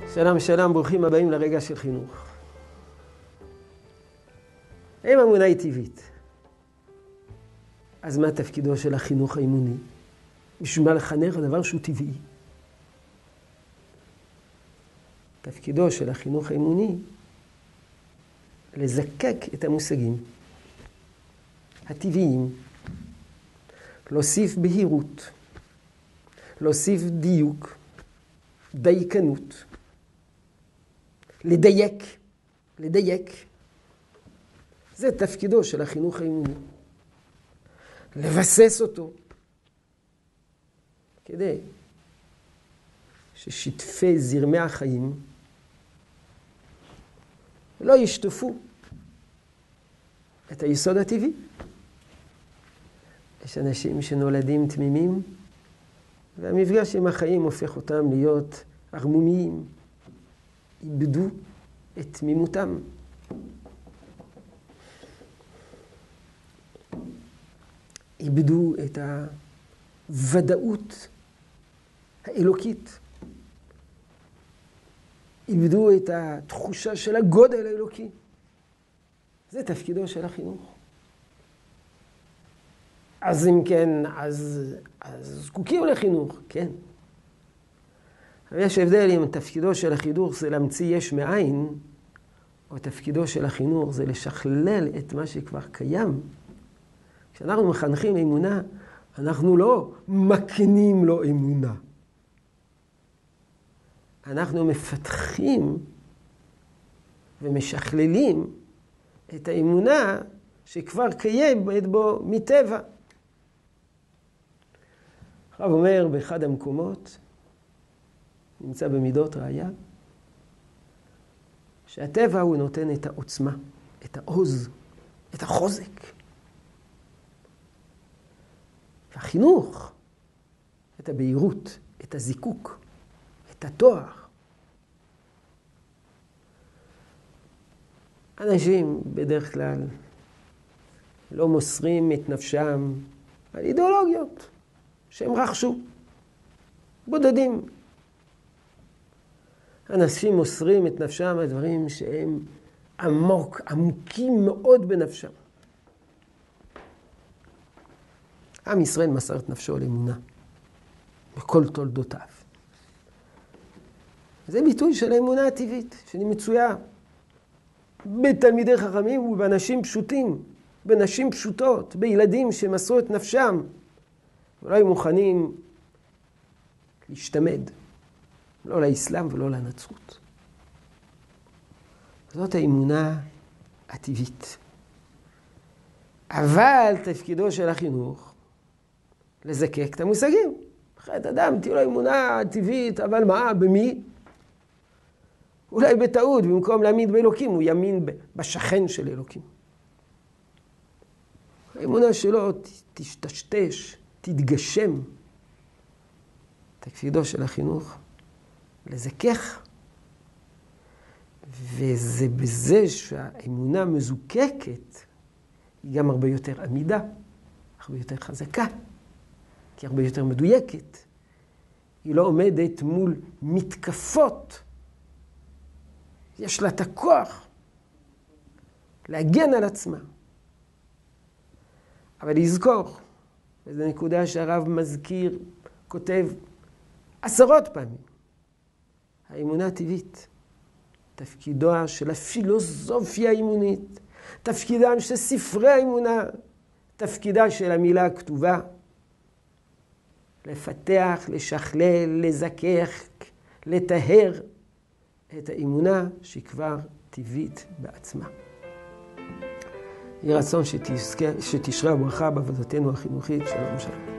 שלום שלום, ברוכים הבאים לרגע של חינוך. אם אמונה היא טבעית, אז מה תפקידו של החינוך האימוני? בשביל מה לחנך הדבר שהוא טבעי? תפקידו של החינוך האימוני לזקק את המושגים הטבעיים, להוסיף בהירות, להוסיף דיוק, דייקנות, לדייק. זה תפקידו של החינוך האימוני. לבסס אותו, כדי ששטפי זרמי החיים לא ישטפו את היסוד הטבעי. יש אנשים שנולדים תמימים, והמפגש עם החיים הופך אותם להיות ערמומיים, איבדו את תמימותם. איבדו את הוודאות האלוקית. איבדו את התחושה של הגודל האלוקי. זה תפקידו של החינוך. אז אם כן, אז זקוקים לחינוך, כן. אבל יש הבדל אם תפקידו של החינוך זה להמציא יש מאין, או תפקידו של החינוך זה לשכלל את מה שכבר קיים. כשאנחנו מחנכים אמונה, אנחנו לא מקנים לו אמונה. אנחנו מפתחים ומשכללים את האמונה שכבר קיימת בו מטבע. הרב אומר באחד המקומות, נמצא במידות ראיה, שהטבע הוא נותן את העוצמה, את העוז, את החוזק. והחינוך, את הבהירות, את הזיקוק, את התואר. אנשים בדרך כלל לא מוסרים את נפשם על אידיאולוגיות שהם רכשו. בודדים. אנשים מוסרים את נפשם על דברים שהם עמוקים מאוד בנפשם. עם ישראל מסר את נפשו על אמונה, בכל תולדותיו. זה ביטוי של האמונה הטבעית, שאני מצויה בתלמידי חכמים ובאנשים פשוטים, בנשים פשוטות, בילדים שמסרו את נפשם, ולא היו מוכנים להשתמד, לא לאסלאם ולא לנצרות. זאת האמונה הטבעית. אבל תפקידו של החינוך לזקק את המושגים. אחרת אדם תהיה לו אמונה טבעית, אבל מה? במי? אולי בטעות, במקום להאמין באלוקים, הוא יאמין בשכן של אלוקים. האמונה שלו תשתשתש, תתגשם. תפקידו של החינוך לזכך. וזה בזה שהאמונה מזוקקת, היא גם הרבה יותר עמידה, הרבה יותר חזקה, כי הרבה יותר מדויקת. היא לא עומדת מול מתקפות. יש לה את הכוח להגן על עצמה. אבל לזכור, וזו נקודה שהרב מזכיר, כותב עשרות פעמים, האמונה הטבעית, תפקידו של הפילוסופיה האמונית, תפקידם של ספרי האמונה, תפקידה של המילה הכתובה, לפתח, לשכלל, לזכך, לטהר את האמונה שכבר טבעית בעצמה. יהי רצון שתשרה הברכה בעבודתנו החינוכית. שלום שלום.